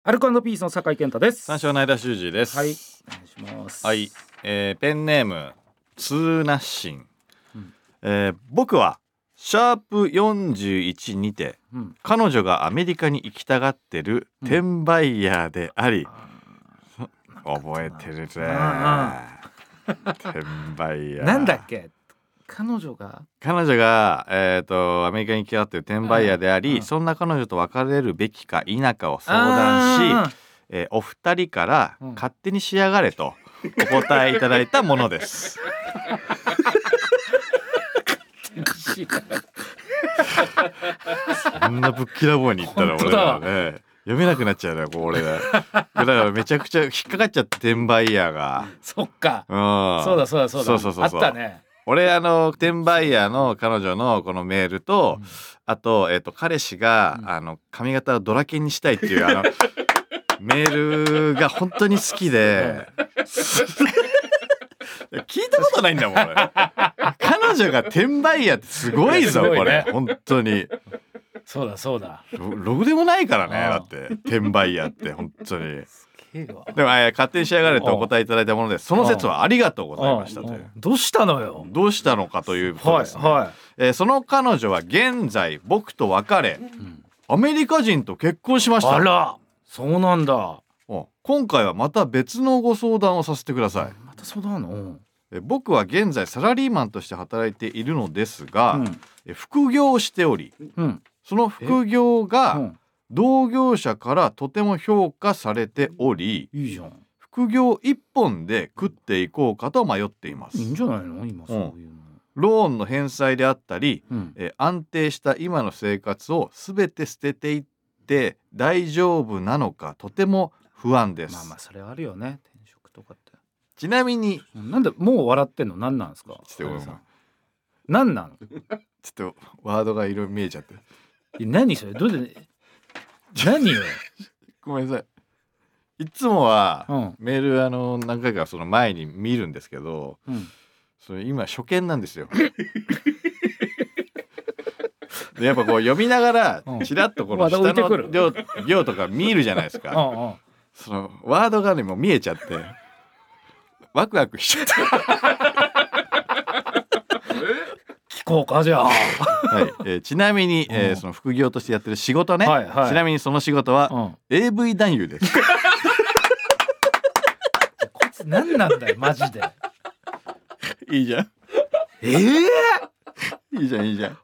アルコ&ピースの酒井健太です。 三照内田修二です。 はい、お願いします。 はい、ペンネームツーナッシン、 うん僕はシャープ41にて、彼女がアメリカに行きたがってる転売ヤーであり、覚えてるぜ。転売ヤーなんだっけ、彼女がアメリカに行きたがってる転売ヤーであり、そんな彼女と別れるべきか否かを相談し、お二人から勝手にしやがれとお答えいただいたものです。そんなぶっきらぼうに言ったら俺らね読めなくなっちゃうね、これだからめちゃくちゃ引っかかっちゃって転売ヤーが。 そっか、 そうだあったね。 俺転売ヤーの彼女のこのメールと、あと彼氏が髪型をドラケンにしたいっていうメールが本当に好きで聞いたことないんだもん俺。彼女が転売ヤーってすごいぞ、これ本当に。 そうだログでもないからね、だって転売ヤーって本当に。でも勝手にしやがれとお答えいただいたもので、その説はありがとうございましたという。 どうしたのよ。 どうしたのかということですね。その彼女は現在僕と別れ、アメリカ人と結婚しました。 あら、そうなんだ。 今回はまた別のご相談をさせてください。 また相談の？ 僕は現在サラリーマンとして働いているのですが、副業をしており、その副業が同業者からとても評価されており、 いいじゃん。 副業一本で食っていこうかと迷っています。 いいんじゃないの、今そういうの。 ローンの返済であったり、安定した今の生活を全て捨てていって大丈夫なのかとても不安です。 まあそれはあるよね、転職とかって。 ちなみになんでもう笑ってんの？何なんですか？何なの？ ちょっとワードがいろいろ見えちゃって。 何それ、どうで何よ。 ごめんなさい。いつもはメール何回かその前に見るんですけど、それ今初見なんですよ。でやっぱこう読みながらちらっとこの下の行とか見るじゃないですか。そのワードがねもう見えちゃってワクワクしちゃった。 聞こうかじゃあ。 はい、ちなみに、その副業としてやってる仕事ね、ちなみにその仕事は、AV 男優です。 こいつ何なんだよマジで。 いいじゃん。いいじゃんいいじゃん。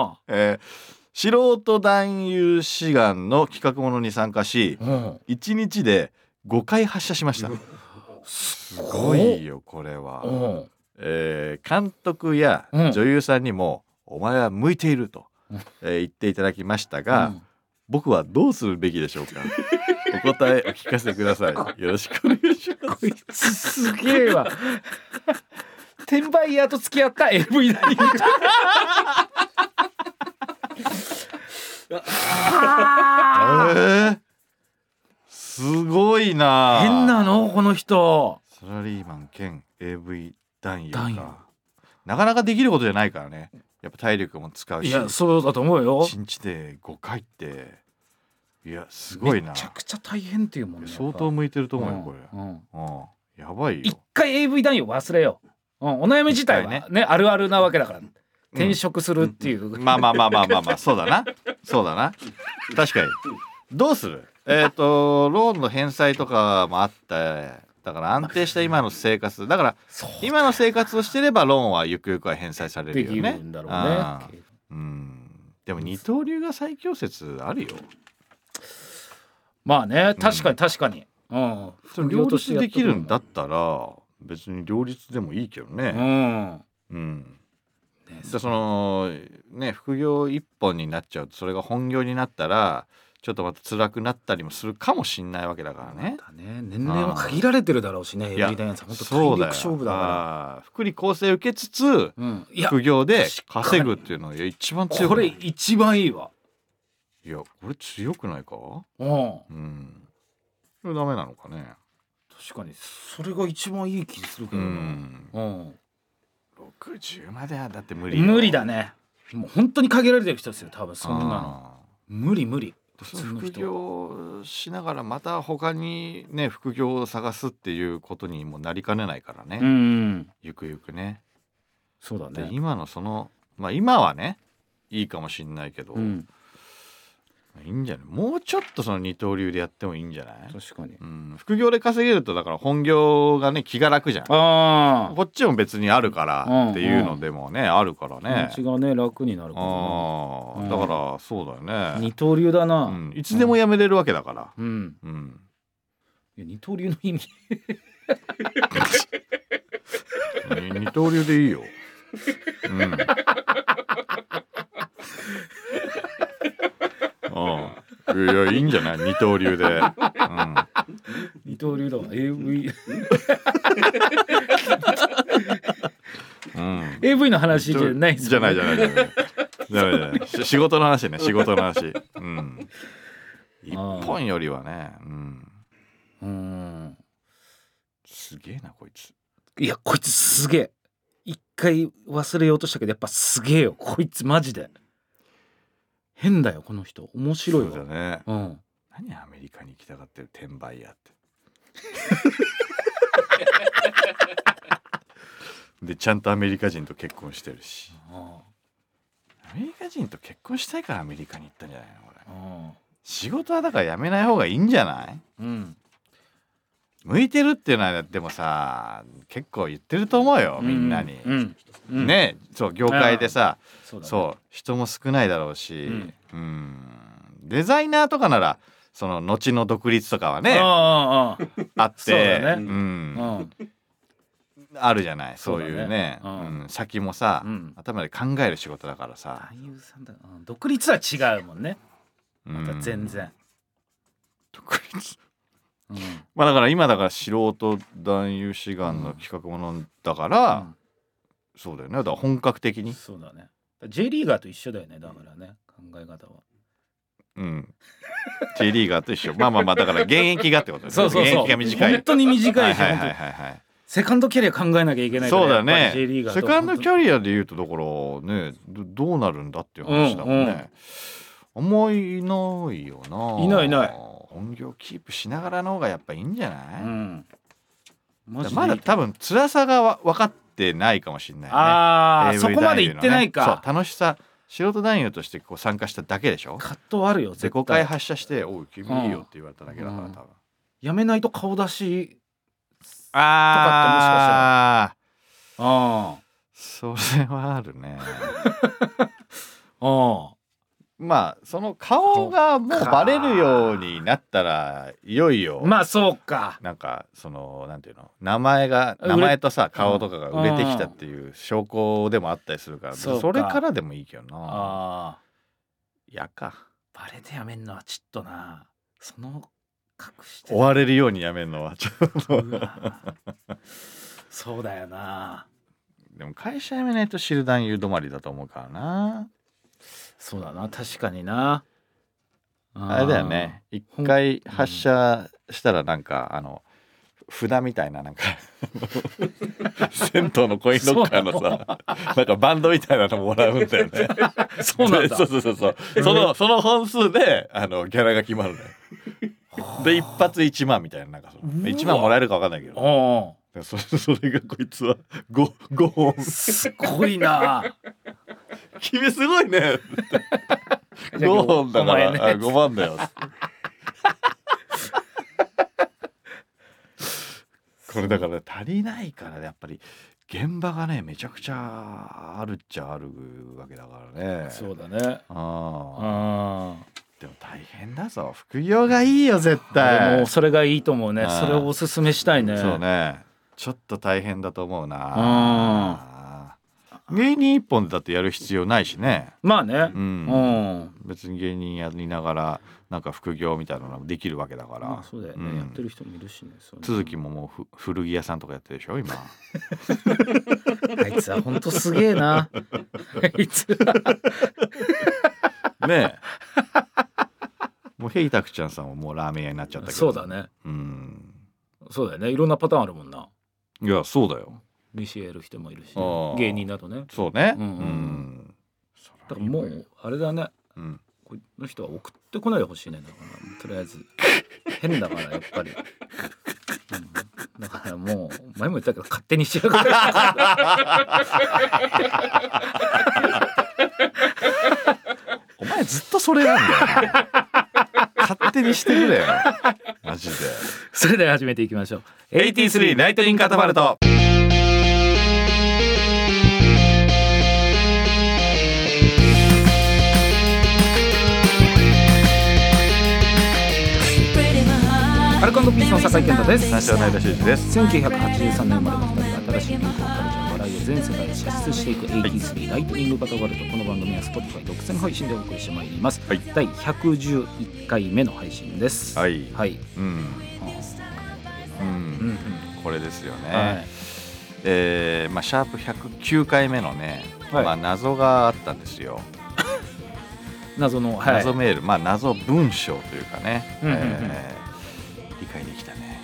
素人男優志願の企画ものに参加し、1日で5回発射しました。すごいよこれは。監督や女優さんにも、お前は向いていると、言っていただきましたが、僕はどうするべきでしょうか。お答えお聞かせください。よろしくお願いします。 こいつすげえわ。転売ヤーと付き合った AV 男優。 すごいな。 変なのこの人。 サラリーマン兼 AV 男優か。なかなかできることじゃないからね。やっぱ体力も使うし。 いやそうだと思うよ。 1日で5回っていやすごいな。 めちゃくちゃ大変っていうもんね。 相当向いてると思うよこれ。やばいよ。 一回 AV 男優忘れよう。お悩み自体はねあるあるなわけだから。転職するっていう、 まあそうだな確かに。どうする？ローンの返済とかもあって、だから安定した今の生活だから今の生活をしてればローンはゆくゆくは返済されるよね。 できるんだろうね。 でも二刀流が最強説あるよ。 まあね、確かに、 両立できるんだったら別に両立でもいいけどね。でそのね副業一本になっちゃうとそれが本業になったらちょっとまた辛くなったりもするかもしんないわけだからね。 年齢も限られてるだろうしね。本当体力勝負だから。 福利厚生受けつつ、副業で稼ぐっていうのが一番強い。 これ一番いいわ。 いやこれ強くないか？これダメなのかね。 確かにそれが一番いい気するけどな。 60まではだって無理だね。もう本当に限られてる人ですよ多分。そんなの無理。 その副業しながらまた他にね副業を探すっていうことにもなりかねないからね、 うんうん、 ゆくゆくね。 そうだね。 で今のそのまあ今はねいいかもしんないけど、 うん、 いいんじゃない、もうちょっとその二刀流でやってもいいんじゃない。 確かに。 うん、副業で稼げるとだから本業がね気が楽じゃん。 あこっちも別にあるからっていうのでもね、あるからね。 気持ちがね楽になるからあだからそうだよね。 二刀流だな、 うん、いつでもやめれるわけだから。 うんうん。 いや二刀流の意味二刀流でいいよ。うんいやいいんじゃない二刀流で、うん、 二刀流だわ AV うん、 AV の話じゃないですよね。 じゃない仕事の話ね仕事の話、うん、一本よりはね、うん、すげえなこいつ。 いやこいつすげえ、一回忘れようとしたけどやっぱすげえよこいつマジで変だよこの人面白いわ。 そうだね、 うん、 何アメリカに行きたがってる転売屋ってでちゃんとアメリカ人と結婚してるし、アメリカ人と結婚したいからアメリカに行ったんじゃないのこれ。仕事はだからやめない方がいいんじゃない、うん、向いてるっていうのはでもさ結構言ってると思うよみんなに、ね、そう業界でさ、そう人も少ないだろうし、デザイナーとかならその後の独立とかはね あってあるじゃない、そういうね、先もさ、頭で考える仕事だからさ。 俳優さんだ、独立は違うもんね、また全然。 独立まあだから今だから素人男優志願の企画ものだから、そうだよね、だから本格的に。 そうだね、J リーガーと一緒だよね、だからね考え方は。 J リーガーと一緒まあだから現役がってことですね。 そう現役が短い、 本当に短いし、セカンドキャリア考えなきゃいけないから。 そうだね、セカンドキャリアでいうとだからね どうなるんだっていう話だもんね。あんまいないよな。 いない本業キープしながらの方がやっぱいいんじゃない、 まだ多分辛さが分かってないかもしれないね。 そこまで行ってないか。 そう楽しさ、素人男優としてこう参加しただけでしょ。 葛藤あるよ絶対。 5回発射して「おい君いいよ」って言われただけだから、多分やめないと顔出しとかってもしかしたらそれはあるねまあその顔がもうバレるようになったらいよいよまあそうか、 なんかそのなんていうの、名前とさ顔とかが売れてきたっていう証拠でもあったりするから、それからでもいいけどな。やかバレてやめんのはちょっとな、その隠して追われるようにやめんのはちょっとそうだよな。 でも会社辞めないと知る男優止まりだと思うからな。 そうだな、確かにな。 あれだよね、一回発射したらなんか札みたいななんか銭湯のコインロッカーのさなんかバンドみたいなのもらうんだよねそうなんだそうその本数でギャラが決まるのよで一発1万みたいな、なんか1万もらえるか分かんないけど、それがこいつは5本すごいな君すごいね5本だから5万だよこれだから足りないからやっぱり現場がねめちゃくちゃあるっちゃあるわけだからね。 そうだね。 でも大変だぞ、副業がいいよ絶対。 もうそれがいいと思うね。それをおすすめしたいね。 そうね、ちょっと大変だと思うな。芸人一本でだってやる必要ないしね。 まあね、 別に芸人やりながらなんか副業みたいなのもできるわけだから、 そうだよね、やってる人もいるしね。 続きももう古着屋さんとかやってるでしょ今あいつはほんとすげえなあいつはねえもうヘイタクちゃんさんはもうラーメン屋になっちゃったけど。 そうだね、そうだよね、いろんなパターンあるもんな。 いやそうだよ、 飯やる人もいるし、芸人だとね。 そうね、 だからもうあれだね、 この人は送ってこないでほしいね。だからとりあえず変だからやっぱり、だからもう前も言ったけど勝手にしやがるお前ずっとそれなんだよな勝手にしてくれよマジで。 それでは始めていきましょう。 83ライトニングカタパルト。 アルコ&ピースの酒井健太です。 三四郎の間修二です。 1983年生まれの2人が新しい流行カルチャー笑いを全世界に射出していく83ライトニングカタパルト。この番組は Spotify 独占配信でお送りしてまいります、はい、第111回目の配信です。 はい、 はい、 これですよね、はい。シャープ109回目のね、はい、謎があったんですよ謎の、 はい、謎メール、謎文章というかね、理解できたね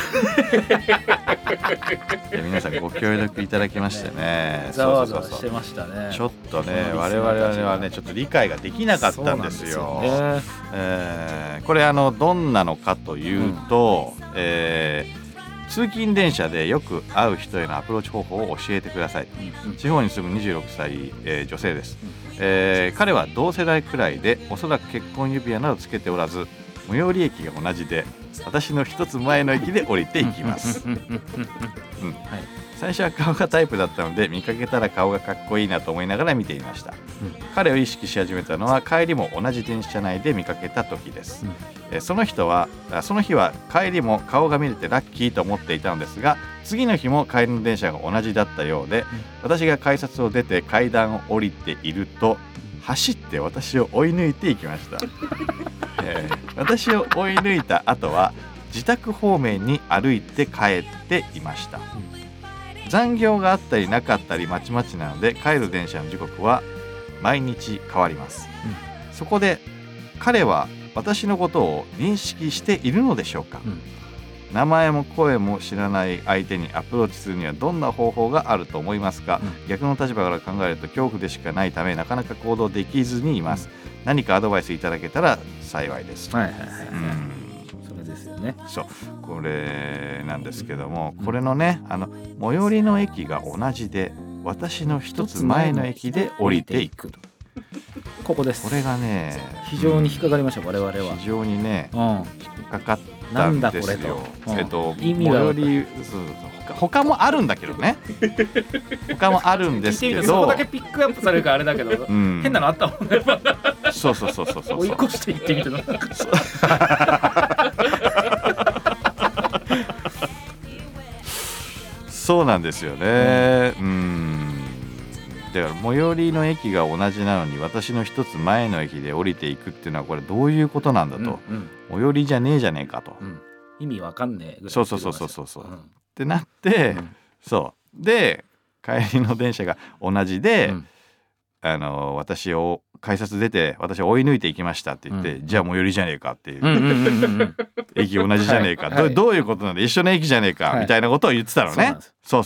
皆さんご協力いただきましてね、 ざわざわしてましたね。 ちょっとね我々はねちょっと理解ができなかったんですよ。これどんなのかというと、通勤電車でよく会う人へのアプローチ方法を教えてください。地方に住む26歳、女性です。彼は同世代くらいでおそらく結婚指輪などつけておらず最寄り駅が同じで私の一つ前の駅で降りていきます、最初は顔がタイプだったので見かけたら顔がかっこいいなと思いながら見ていました、彼を意識し始めたのは帰りも同じ電車内で見かけた時です、その日は帰りも顔が見れてラッキーと思っていたのですが次の日も帰りの電車が同じだったようで、私が改札を出て階段を降りていると走って私を追い抜いていきました私を追い抜いた後は自宅方面に歩いて帰っていました、残業があったりなかったりまちまちなので帰る電車の時刻は毎日変わります、そこで彼は私のことを認識しているのでしょうか、名前も声も知らない相手にアプローチするにはどんな方法があると思いますか、逆の立場から考えると恐怖でしかないためなかなか行動できずにいます、何かアドバイスいただけたら幸いです。それですよね。 そうこれなんですけども、これのね最寄りの駅が同じで私の一つ前の駅で降りていくとここです。 これがね非常に引っかかりました、我々は。 非常にね、引っかかったんですよ。 意味が他もあるんだけどね他もあるんですけどそこだけピックアップされるからあれだけど、変なのあったもんねそう追い越していってみてのそうなんですよね、だから最寄りの駅が同じなのに私の一つ前の駅で降りていくっていうのはこれどういうことなんだと、最寄りじゃねえじゃねえかと、 意味わかんねえぐらい。 そう、ってなって、そうで帰りの電車が同じで、私を改札出て私を追い抜いていきましたって言って、じゃあ最寄りじゃねえかっていう、駅同じじゃねえか、どういうことなんで一緒の駅じゃねえか、みたいなことを言ってたのね。そう、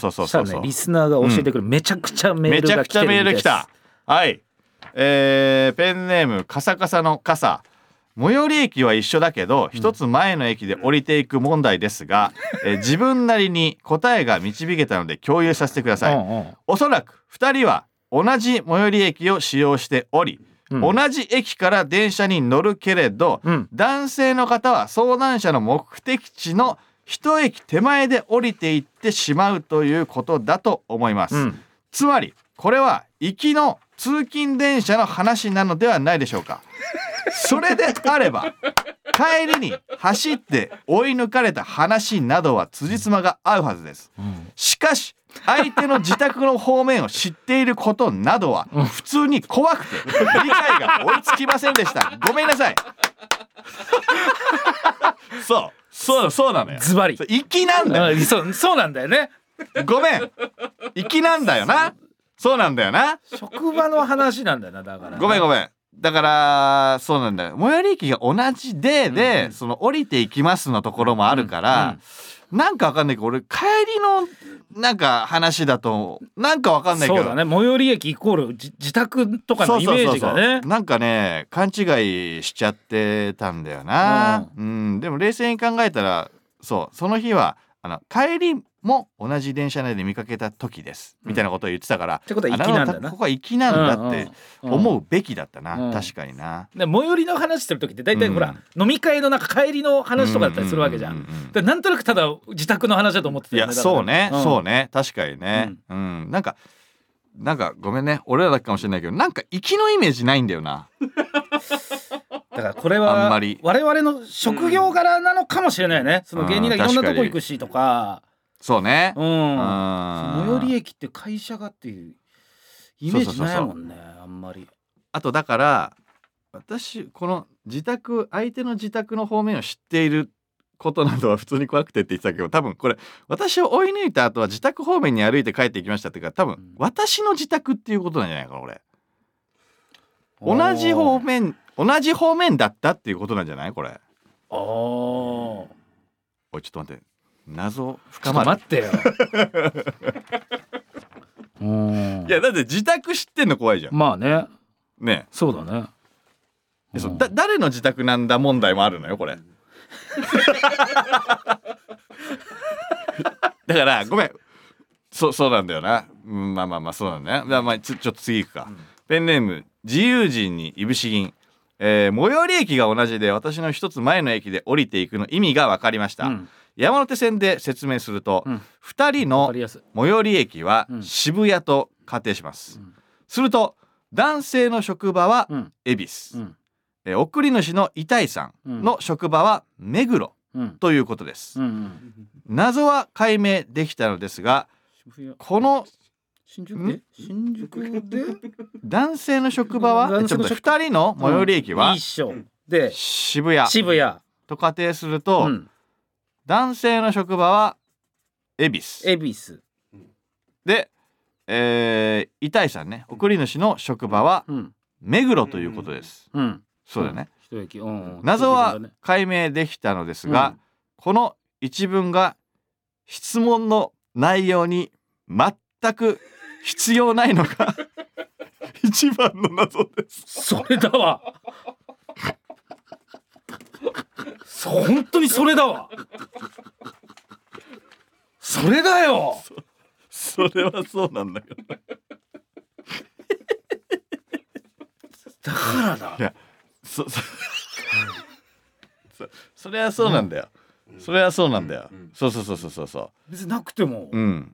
ね、リスナーが教えてくる、めちゃくちゃメールが来てるんです。めちゃくちゃメール来た。 はい、ペンネームカサカサの傘。最寄り駅は一緒だけど一つ前の駅で降りていく問題ですが、自分なりに答えが導けたので共有させてください。おそらく2人は同じ最寄り駅を使用しており、同じ駅から電車に乗るけれど、男性の方は相談者の目的地の一駅手前で降りていってしまうということだと思います、つまりこれは行きの通勤電車の話なのではないでしょうか。それであれば帰りに走って追い抜かれた話などは辻褄が合うはずです、しかし相手の自宅の方面を知っていることなどは普通に怖くて理解が追いつきませんでした。ごめんなさいそうなのよ。 ズバリ粋なんだよ。 そうなんだよね。 ごめん、粋なんだよな。そうなんだよな。 職場の話なんだよな。だからごめんだからそうなんだよ。最寄り駅が同じで、その降りていきますのところもあるから、 なんかわかんないけど俺帰りのなんか話だとなんかわかんないけど、 そうだね、最寄り駅イコール自宅とかのイメージがね。 なんかね勘違いしちゃってたんだよな、でも冷静に考えたらその日は帰りも同じ電車内で見かけた時ですみたいなことを言ってたから、 ってことは行きなんだな。 ここは行きなんだって思うべきだったな、確かにな。 で最寄りの話する時って大体ほら、飲み会のなんか帰りの話とかだったりするわけじゃん。でなんとなくただ自宅の話だと思ってたよね。 いやそうね、そうね確かにね、なんかごめんね俺らだけかもしれないけどなんか行きのイメージないんだよな。 だからこれは我々の職業柄なのかもしれないよね。その芸人がいろんなとこ行くしとか。 そうね、 最寄り駅って会社がっていうイメージないもんね。あんまり。 あとだから私この相手の自宅の方面を知っていることなどは普通に怖くてって言ってたけど、多分これ私を追い抜いた後は自宅方面に歩いて帰っていきましたっていうか、多分私の自宅っていうことなんじゃないかな。俺同じ方面だったっていうことなんじゃないこれ。おいちょっと待って、謎深まる。 ちょっと待ってよ。 いやだって自宅知ってんの怖いじゃん。 まあね。 ね、 そうだね。 誰の自宅なんだ問題もあるのよこれ。だからごめん、そうなんだよな。まあそうなんだね。まあちょっと次行くか。ペンネーム自由人にいぶし銀。最寄り駅が同じで私の一つ前の駅で降りていくの意味が分かりました、山手線で説明すると、2人の最寄り駅は渋谷と仮定します、すると男性の職場は恵比寿、送り主の板井さんの職場は目黒、ということです、謎は解明できたのですが、この新宿で男性の職場は2人の最寄り駅はで渋谷と仮定すると、男性の職場は恵比寿で、板井さんね、送り主の職場は目黒ということです、そうだね、謎は解明できたのですが、この一文が質問の内容に全く必要ないのが一番の謎です。 それだわ。本当にそれだわ。それだよ。 それはそうなんだよ。 だからだ。 いや、それはそうなんだよ。それはそうなんだよ。そう。 別になくても。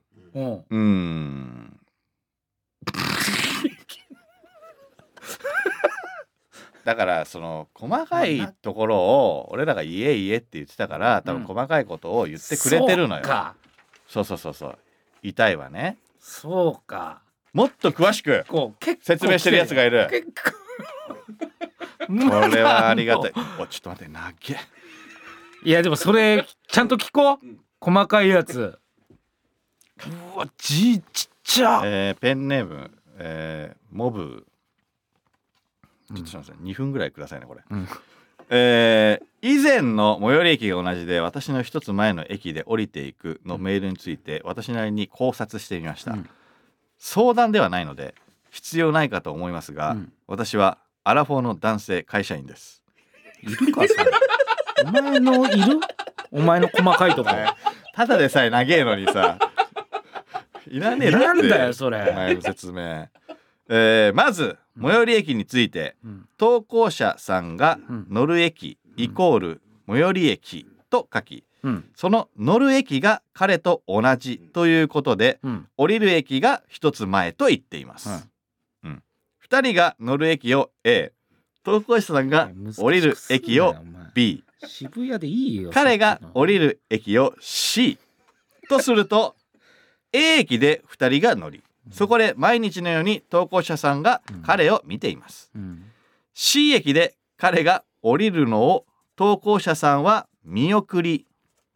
だからその細かいところを俺らが言えって言ってたから、多分細かいことを言ってくれてるのよ。そう痛いわね。 そうか。 もっと詳しく説明してるやつがいる。これはありがたい。ちょっと待って、投げ。 いやでもそれちゃんと聞こう。細かいやつ。うわちっちゃ。 ペンネーム、モブ。ちょっとすみません、2分ぐらいくださいねこれ、以前の最寄り駅が同じで私の一つ前の駅で降りていくのメールについて私なりに考察してみました、相談ではないので必要ないかと思いますが、私はアラフォーの男性会社員です。 いるかそれ。お前のいる？お前の細かいとこただでさえ長えのにさいらねえなんだよそれ。 お前の説明。まず最寄り駅について、投稿者さんが乗る駅イコール最寄り駅と書き、その乗る駅が彼と同じということで、降りる駅が一つ前と言っています、2人が乗る駅を A、 投稿者さんが降りる駅を B、 渋谷でいいよ。 彼が降りる駅を C とすると A 駅で2人が乗り、そこで毎日のように投稿者さんが彼を見ています、C 駅で彼が降りるのを投稿者さんは見送り、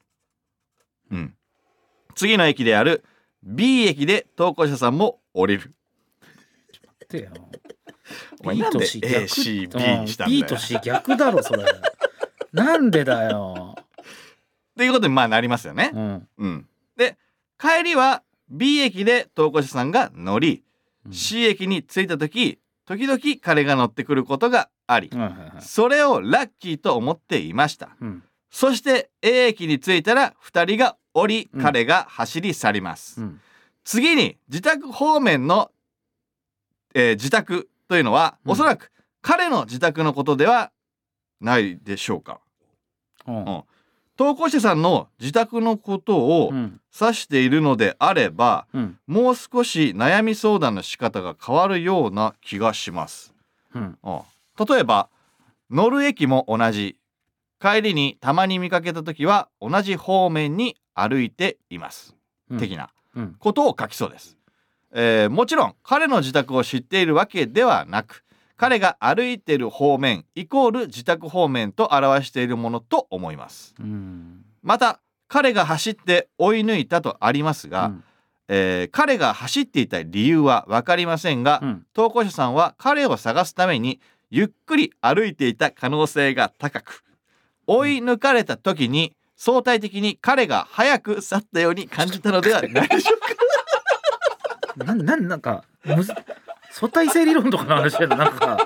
次の駅である B 駅で投稿者さんも降りる。 待ってよ。 お前なんで A、C、B にしたんだよ。 B と C 逆だろそれ。なんでだよ。 っていうことにまあなりますよね。で帰りは B 駅で投稿者さんが乗り、C 駅に着いた時時々彼が乗ってくることがあり、それをラッキーと思っていました。そして A 駅に着いたら2人が降り、彼が走り去ります。次に自宅方面の、自宅というのは、おそらく彼の自宅のことではないでしょうか。投稿者さんの自宅のことを指しているのであれば、もう少し悩み相談の仕方が変わるような気がします。例えば乗る駅も同じ、帰りにたまに見かけた時は同じ方面に歩いています、的なことを書きそうです。もちろん彼の自宅を知っているわけではなく、彼が歩いている方面イコール自宅方面と表しているものと思います。また彼が走って追い抜いたとありますが、彼が走っていた理由は分かりませんが、投稿者さんは彼を探すためにゆっくり歩いていた可能性が高く、追い抜かれた時に相対的に彼が早く去ったように感じたのではないでしょうか。 なんか相対性理論とかの話やな、なんか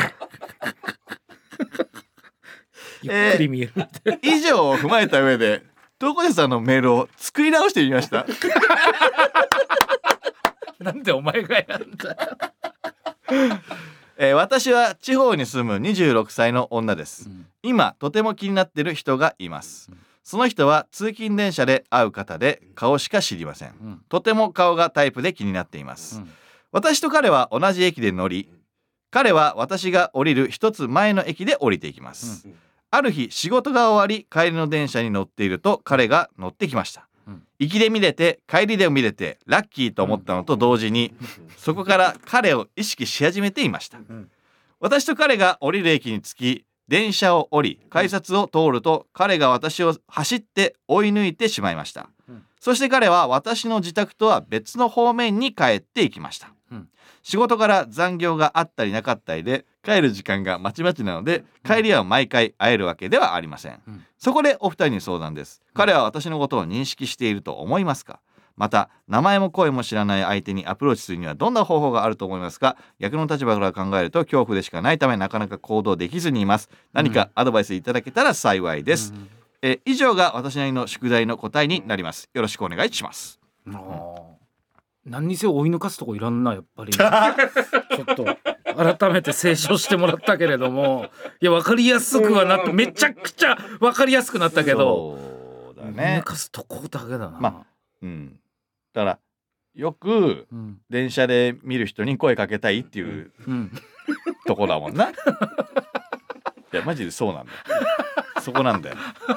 ゆっくり見えるみたいな、 以上を踏まえた上で投稿者さんのメールを作り直してみました。 なんでお前がやんだよ。 私は地方に住む26歳の女です。今とても気になっている人がいます。その人は通勤電車で会う方で顔しか知りません。とても顔がタイプで気になっています。私と彼は同じ駅で乗り、彼は私が降りる一つ前の駅で降りていきます。ある日仕事が終わり帰りの電車に乗っていると彼が乗ってきました。行きで見れて帰りでも見れてラッキーと思ったのと同時に、そこから彼を意識し始めていました。私と彼が降りる駅に着き、電車を降り改札を通ると彼が私を走って追い抜いてしまいました。そして彼は私の自宅とは別の方面に帰っていきました。仕事から残業があったりなかったりで帰る時間がまちまちなので、帰りは毎回会えるわけではありません。そこでお二人に相談です。彼は私のことを認識していると思いますか？また名前も声も知らない相手にアプローチするにはどんな方法があると思いますか？逆の立場から考えると恐怖でしかないためなかなか行動できずにいます。何かアドバイスいただけたら幸いです。以上が私なりの宿題の答えになります。よろしくお願いします。 何にせよ追い抜かすとこいらんな、やっぱりちょっと改めて清書してもらったけれども、いや分かりやすくはなって、めちゃくちゃ分かりやすくなったけど、 そうだね、 追い抜かすとこだけだな。 だからよく電車で見る人に声かけたいっていう、とこだもんな。いやマジでそうなんだよ。そこなんだよ。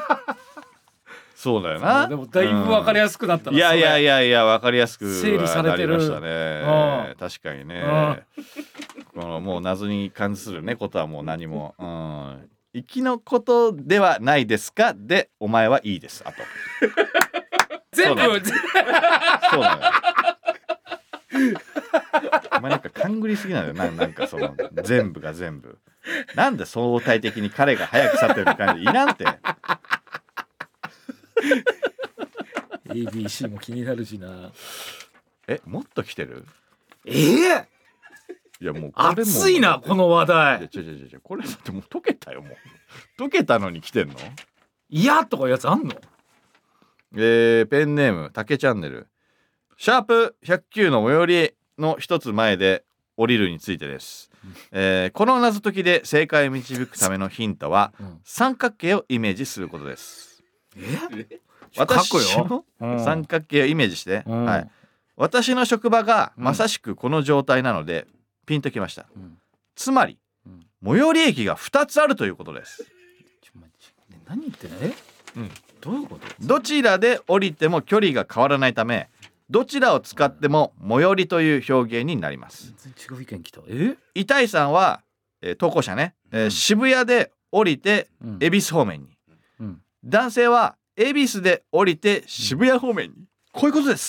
そうだよな。 でもだいぶ分かりやすくなったな。 いや分かりやすく整理されてるなりましたね。確かにね。このもう謎に関するねことはもう何も、行きのことではないですかでお前はいいです。あと全部そうなのよ。お前なんか勘ぐりすぎなのよ。なんかその全部が全部なんで相対的に彼が早く去ってる感じいらんて。 ABC も気になるしな。 もっと来てる？ いやもうこれ熱いなこの話題。 これだってもう解けたよ。もう解けたのに来てんの？ いやとかやつあんの？ ペンネームたけチャンネル、シャープ109の最寄りの一つ前で降りるについてです。この謎解きで正解を導くためのヒントは、三角形をイメージすることです。私の三角形をイメージして、私の職場がまさしくこの状態なので、ピンときました。つまり、最寄り駅が2つあるということです。 何言ってんの？どういうこと？ どちらで降りても距離が変わらないため、どちらを使っても最寄りという表現になります。 全然違う意見きた。 イタイさんは、投稿者ね、渋谷で降りて恵比寿方面に、男性は恵比寿で降りて渋谷方面に、こういうことです。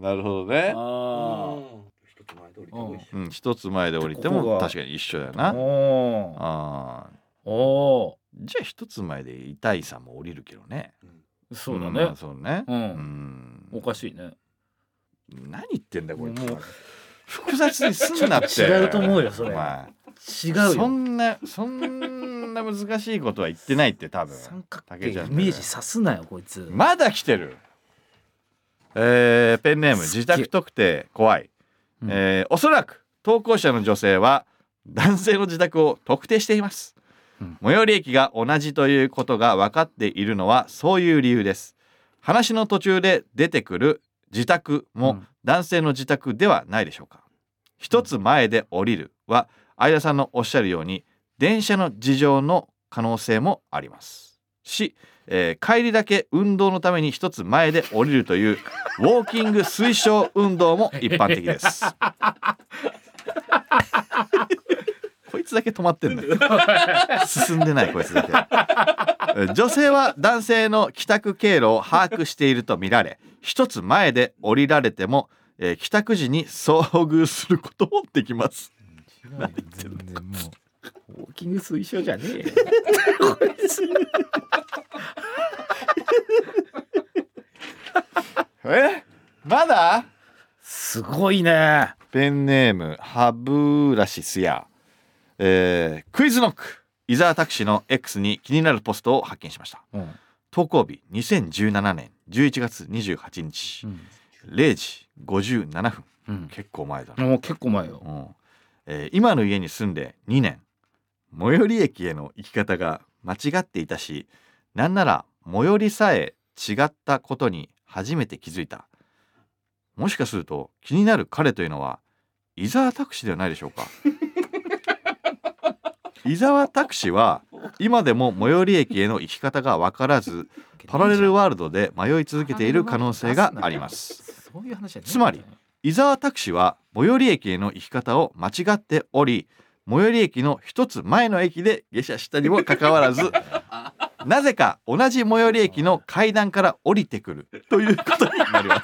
なるほどね。一つ前で降りても確かに一緒だよな。じゃあ一つ前で痛いさんも降りるけどね。 そうだね。 そうね。 おかしいね。 何言ってんだよこれ。複雑にすんなって。 違うと思うよそれ。違うよ。そんな難しいことは言ってないって多分。 三角形イメージさすなよこいつ。 まだ来てる。ペンネーム自宅特定怖い。おそらく投稿者の女性は男性の自宅を特定しています。最寄り駅が同じということが分かっているのはそういう理由です。話の途中で出てくる自宅も男性の自宅ではないでしょうか。一つ前で降りるは相田さんのおっしゃるように電車の事情の可能性もありますし、帰りだけ運動のために一つ前で降りるというウォーキング推奨運動も一般的ですこいつだけ止まってんだよ進んでないこいつだけ女性は男性の帰宅経路を把握していると見られ一つ前で降りられても、帰宅時に遭遇することもできます。 何言ってんだよ。もうウォーキング推奨じゃねえよまだすごいね。 ペンネームハブラシスヤ、クイズノック伊沢拓司の X に気になるポストを発見しました。投稿日2017年11月28日、0時57分、結構前だね。 もう結構前よ。 今の家に住んで2年、最寄り駅への行き方が間違っていたし、なんなら最寄りさえ違ったことに初めて気づいた。もしかすると気になる彼というのは伊沢拓司ではないでしょうか伊沢拓司は今でも最寄り駅への行き方が分からずパラレルワールドで迷い続けている可能性があります。つまり伊沢拓司は最寄り駅への行き方を間違っており、最寄り駅の一つ前の駅で下車したにもかかわらずなぜか同じ最寄り駅の階段から降りてくるということになります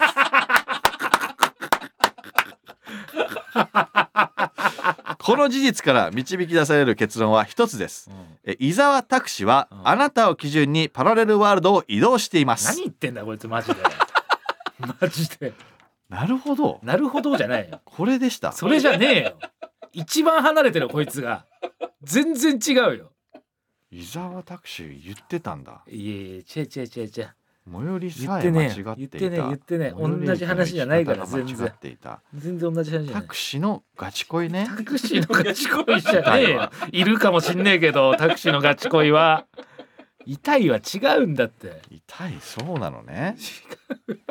この事実から導き出される結論は一つです。伊沢拓司はあなたを基準にパラレルワールドを移動しています。 何言ってんだこいつマジでマジで。 なるほど。 なるほどじゃないよ。 これでした。 それじゃねえよ。一番離れてるこいつが。全然違うよ。 伊沢拓司言ってたんだ。 いえいえ、違う。 最寄りさえ間違っていた。 言ってね。同じ話じゃないから全然。全然同じ話じゃない。 タクシーのガチ恋ね。 タクシーのガチ恋じゃねえよ。いるかもしんねえけど、タクシーのガチ恋は痛いは違うんだって。 痛い、そうなのね。 違うよ。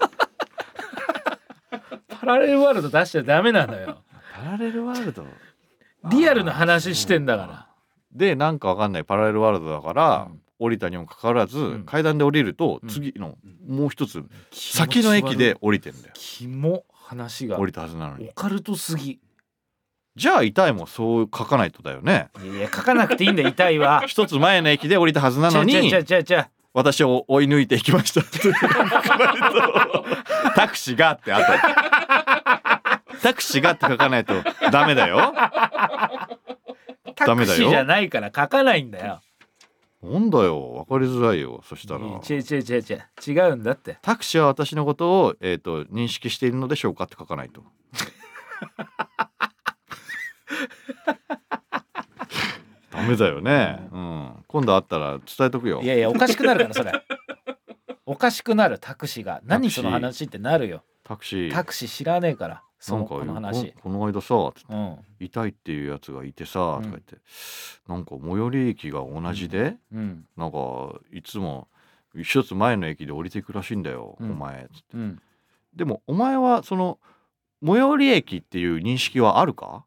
パラレルワールド出しちゃダメなのよ。 パラレルワールド。 リアルな話してんだから。 で、なんかわかんないパラレルワールドだから。降りたにもかかわらず、階段で降りると次のもう一つ先の駅で降りてんだよ。 キモ話が降りたはずなのに。 オカルトすぎ。 じゃあ痛いもそう書かないとだよね。 いや書かなくていいんだよ痛いは。 一つ前の駅で降りたはずなのに私を追い抜いていきましたタクシーがってあとタクシーがって書かないとダメだよ。 タクシーじゃないから書かないんだよ。 なんだよ、分かりづらいよ。そしたら違うんだって。 タクシーは私のことを、認識しているのでしょうかって書かないとダメだよね、今度会ったら伝えとくよ。 いやおかしくなるからそれおかしくなる。タクシーが何その話ってなるよ。 タクシー知らねえから。 なんかこの間さ、痛いっていうやつがいてさ、とか言って、なんか最寄り駅が同じで、なんかいつも一つ前の駅で降りていくらしいんだよ、お前つって、でもお前はその最寄り駅っていう認識はあるか？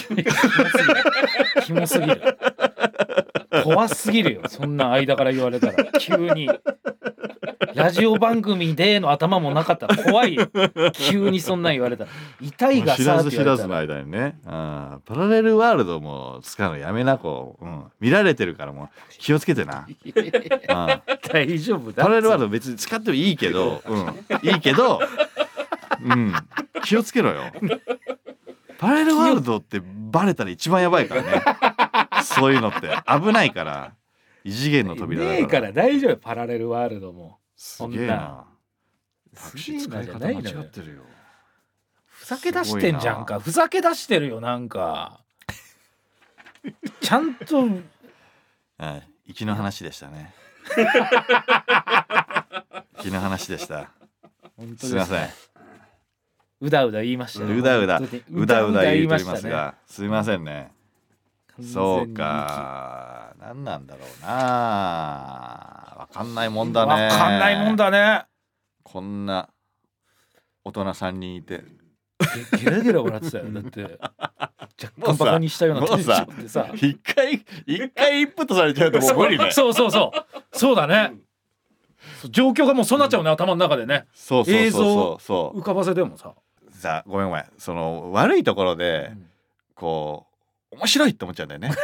キモすぎる。怖すぎるよ。そんな間から言われたら急に。ラジオ番組での頭もなかったら怖いよ。急にそんなん言われたら痛いがさ知らず知らずの間にね、パラレルワールドも使うのやめなこう、見られてるからもう気をつけてな。 大丈夫だ。 パラレルワールド別に使ってもいいけど、いいけど気をつけろよ。パラレルワールドってバレたら一番やばいからね。そういうのって危ないから、異次元の扉だから。 ねえから大丈夫。パラレルワールドもすげえな。タクシー使い方間違ってるよ。 ふざけ出してんじゃんか。ふざけ出してるよなんか。ちゃんとはい、粋の話でしたね。粋の話でした。 本当ですね、 すいません。 うだうだ言いましたね。 うだうだ言うとりますが、すいませんね。そうか、何なんだろうな。わかんないもんだね。 わかんないもんだね。 こんな大人3人いてゲラゲラ笑ってたよ。だって若干バカにしたようなテンションでさ、 一回インプットされちゃうともう無理ね。 そうだね。状況がもうそうなっちゃうね、頭の中でね。映像浮かばせてもさごめんその悪いところでこう面白いって思っちゃうんだよね。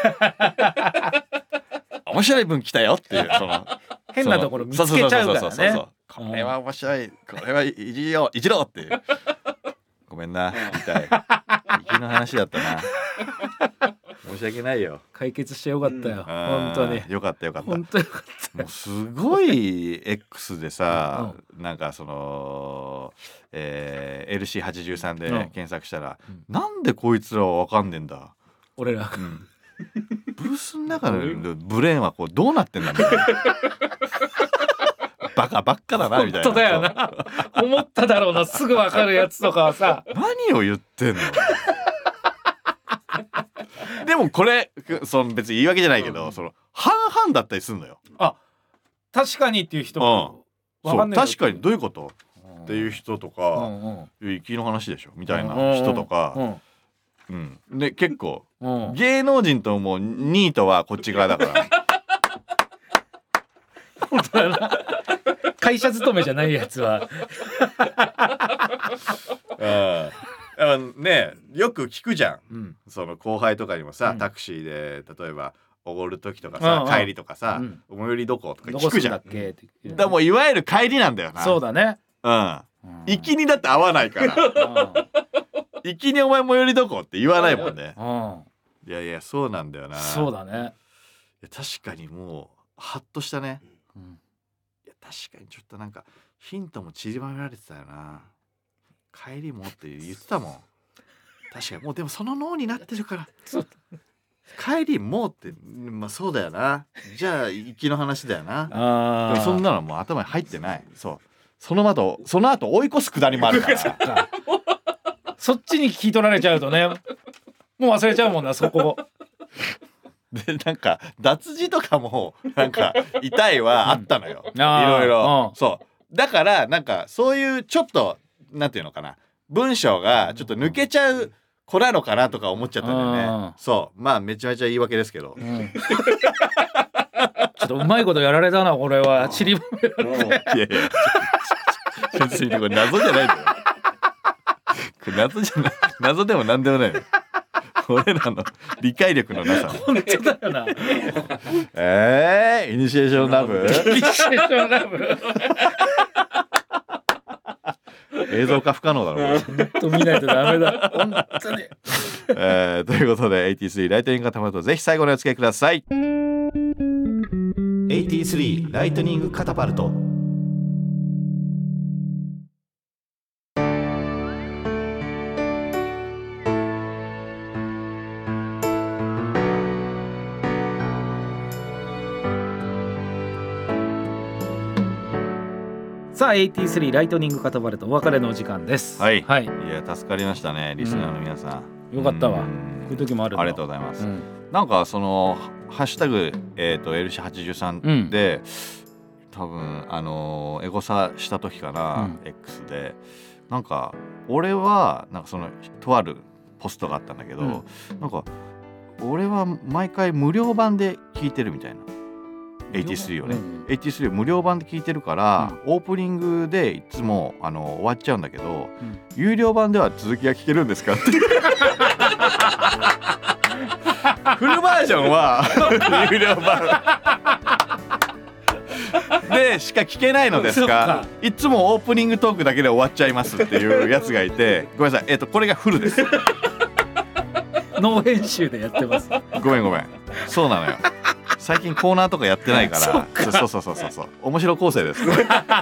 面白い分来たよっていう、その変なところ見つけちゃうからね。 これは面白い、これはいじろうっていう。ごめんな、みたい粋の話だったな。申し訳ないよ。 解決してよかったよ、本当によかった本当よかった。 もうすごい X でさ、なんかその、LC83 で検索したら、なんでこいつらは分かんねえんだ俺ら、 ブースの中のブレーンはこうどうなってんだみたいな。バカばっかだなみたいな。 本当だよな。思っただろうな、すぐ分かるやつとかはさ。 何を言ってんの。でもこれその別に言い訳じゃないけど、その半々だったりするのよ。 あ、確かにっていう人も分かんない。確かにどういうことっていう人とか、粋の話でしょみたいな人とか、で結構芸能人ともニートはこっち側だから。 本当だな。会社勤めじゃないやつは。 ね、よく聞くじゃん、その後輩とかにもさ、タクシーで例えばおごる時とかさ、帰りとかさ、最寄りどことか聞くじゃん。だもういわゆる帰りなんだよな。 そうだね。 行きにだって合わないから。行きにお前最寄りどこって言わないもんね。いやいやそうなんだよな。 そうだね。 確かにもうハッとしたね。いや確かにちょっとなんかヒントも散りばめられてたよな。帰りもって言ってたもん。確かにもうでもその脳になってるから。帰りもって、まあそうだよな。じゃあ行きの話だよな。でもそんなのもう頭に入ってない。その後追い越すくだりもあるから。 そっちに聞き取られちゃうとね、もう忘れちゃうもんな、そこ。 でなんか脱字とかもなんか痛いはあったのよ。いろいろ。そうだからなんかそういうちょっとなんていうのかな、文章がちょっと抜けちゃう子なのかなとか思っちゃったんだよね。そうまあめちゃめちゃ言い訳ですけど。ちょっとうまいことやられたなこれは。散りばめられて。いやいや別にこれ謎じゃないんだよ。これ謎じゃない。謎でもなんでもないの。俺らの理解力のなさ。 本当だよな。 イニシエーションラブ。 イニシエーションラブ。 映像化不可能だろ。 本当見ないとダメだ。本当に。 ということで83ライトニングカタパルト、ぜひ最後にお付き合いください。83ライトニングカタパルト。 さあ83ライトニングカタパルトお別れのお時間です。 はい、いや助かりましたねリスナーの皆さん。 よかったわ。こういう時もある。 ありがとうございます。なんかそのハッシュタグLC83 で多分エゴサした時かな、X でなんか俺はなんかそのとあるポストがあったんだけど、なんか俺は毎回無料版で聞いてるみたいな。83をね、83を無料版で聞いてるから、オープニングでいつも終わっちゃうんだけど、有料版では続きが聞けるんですかってフルバージョンは有料版でしか聞けないのですが、いつもオープニングトークだけで終わっちゃいますっていうやつがいて、ごめんなさい、これがフルです。 ノー編集でやってます。 ごめん、そうなのよ。最近コーナーとかやってないから、そう面白構成です。だ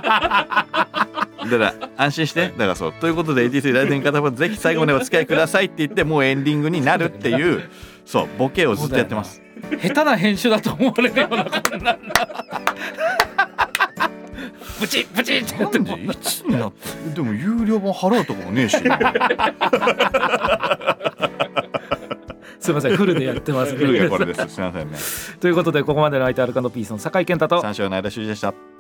から安心して、だからそうということで AT3 来年方もぜひ最後までお付き合いくださいって言って、もうエンディングになるっていうそうボケをずっとやってます。 下手な編集だと思われるようなこんなんブチブチってやってもいつになってでも有料版払うとこもねえしすいません、フルでやってます。 フルがこれです。すいませんね。 ということでここまでの相手アルカンドピースの酒井健太と三四郎の間修二でした。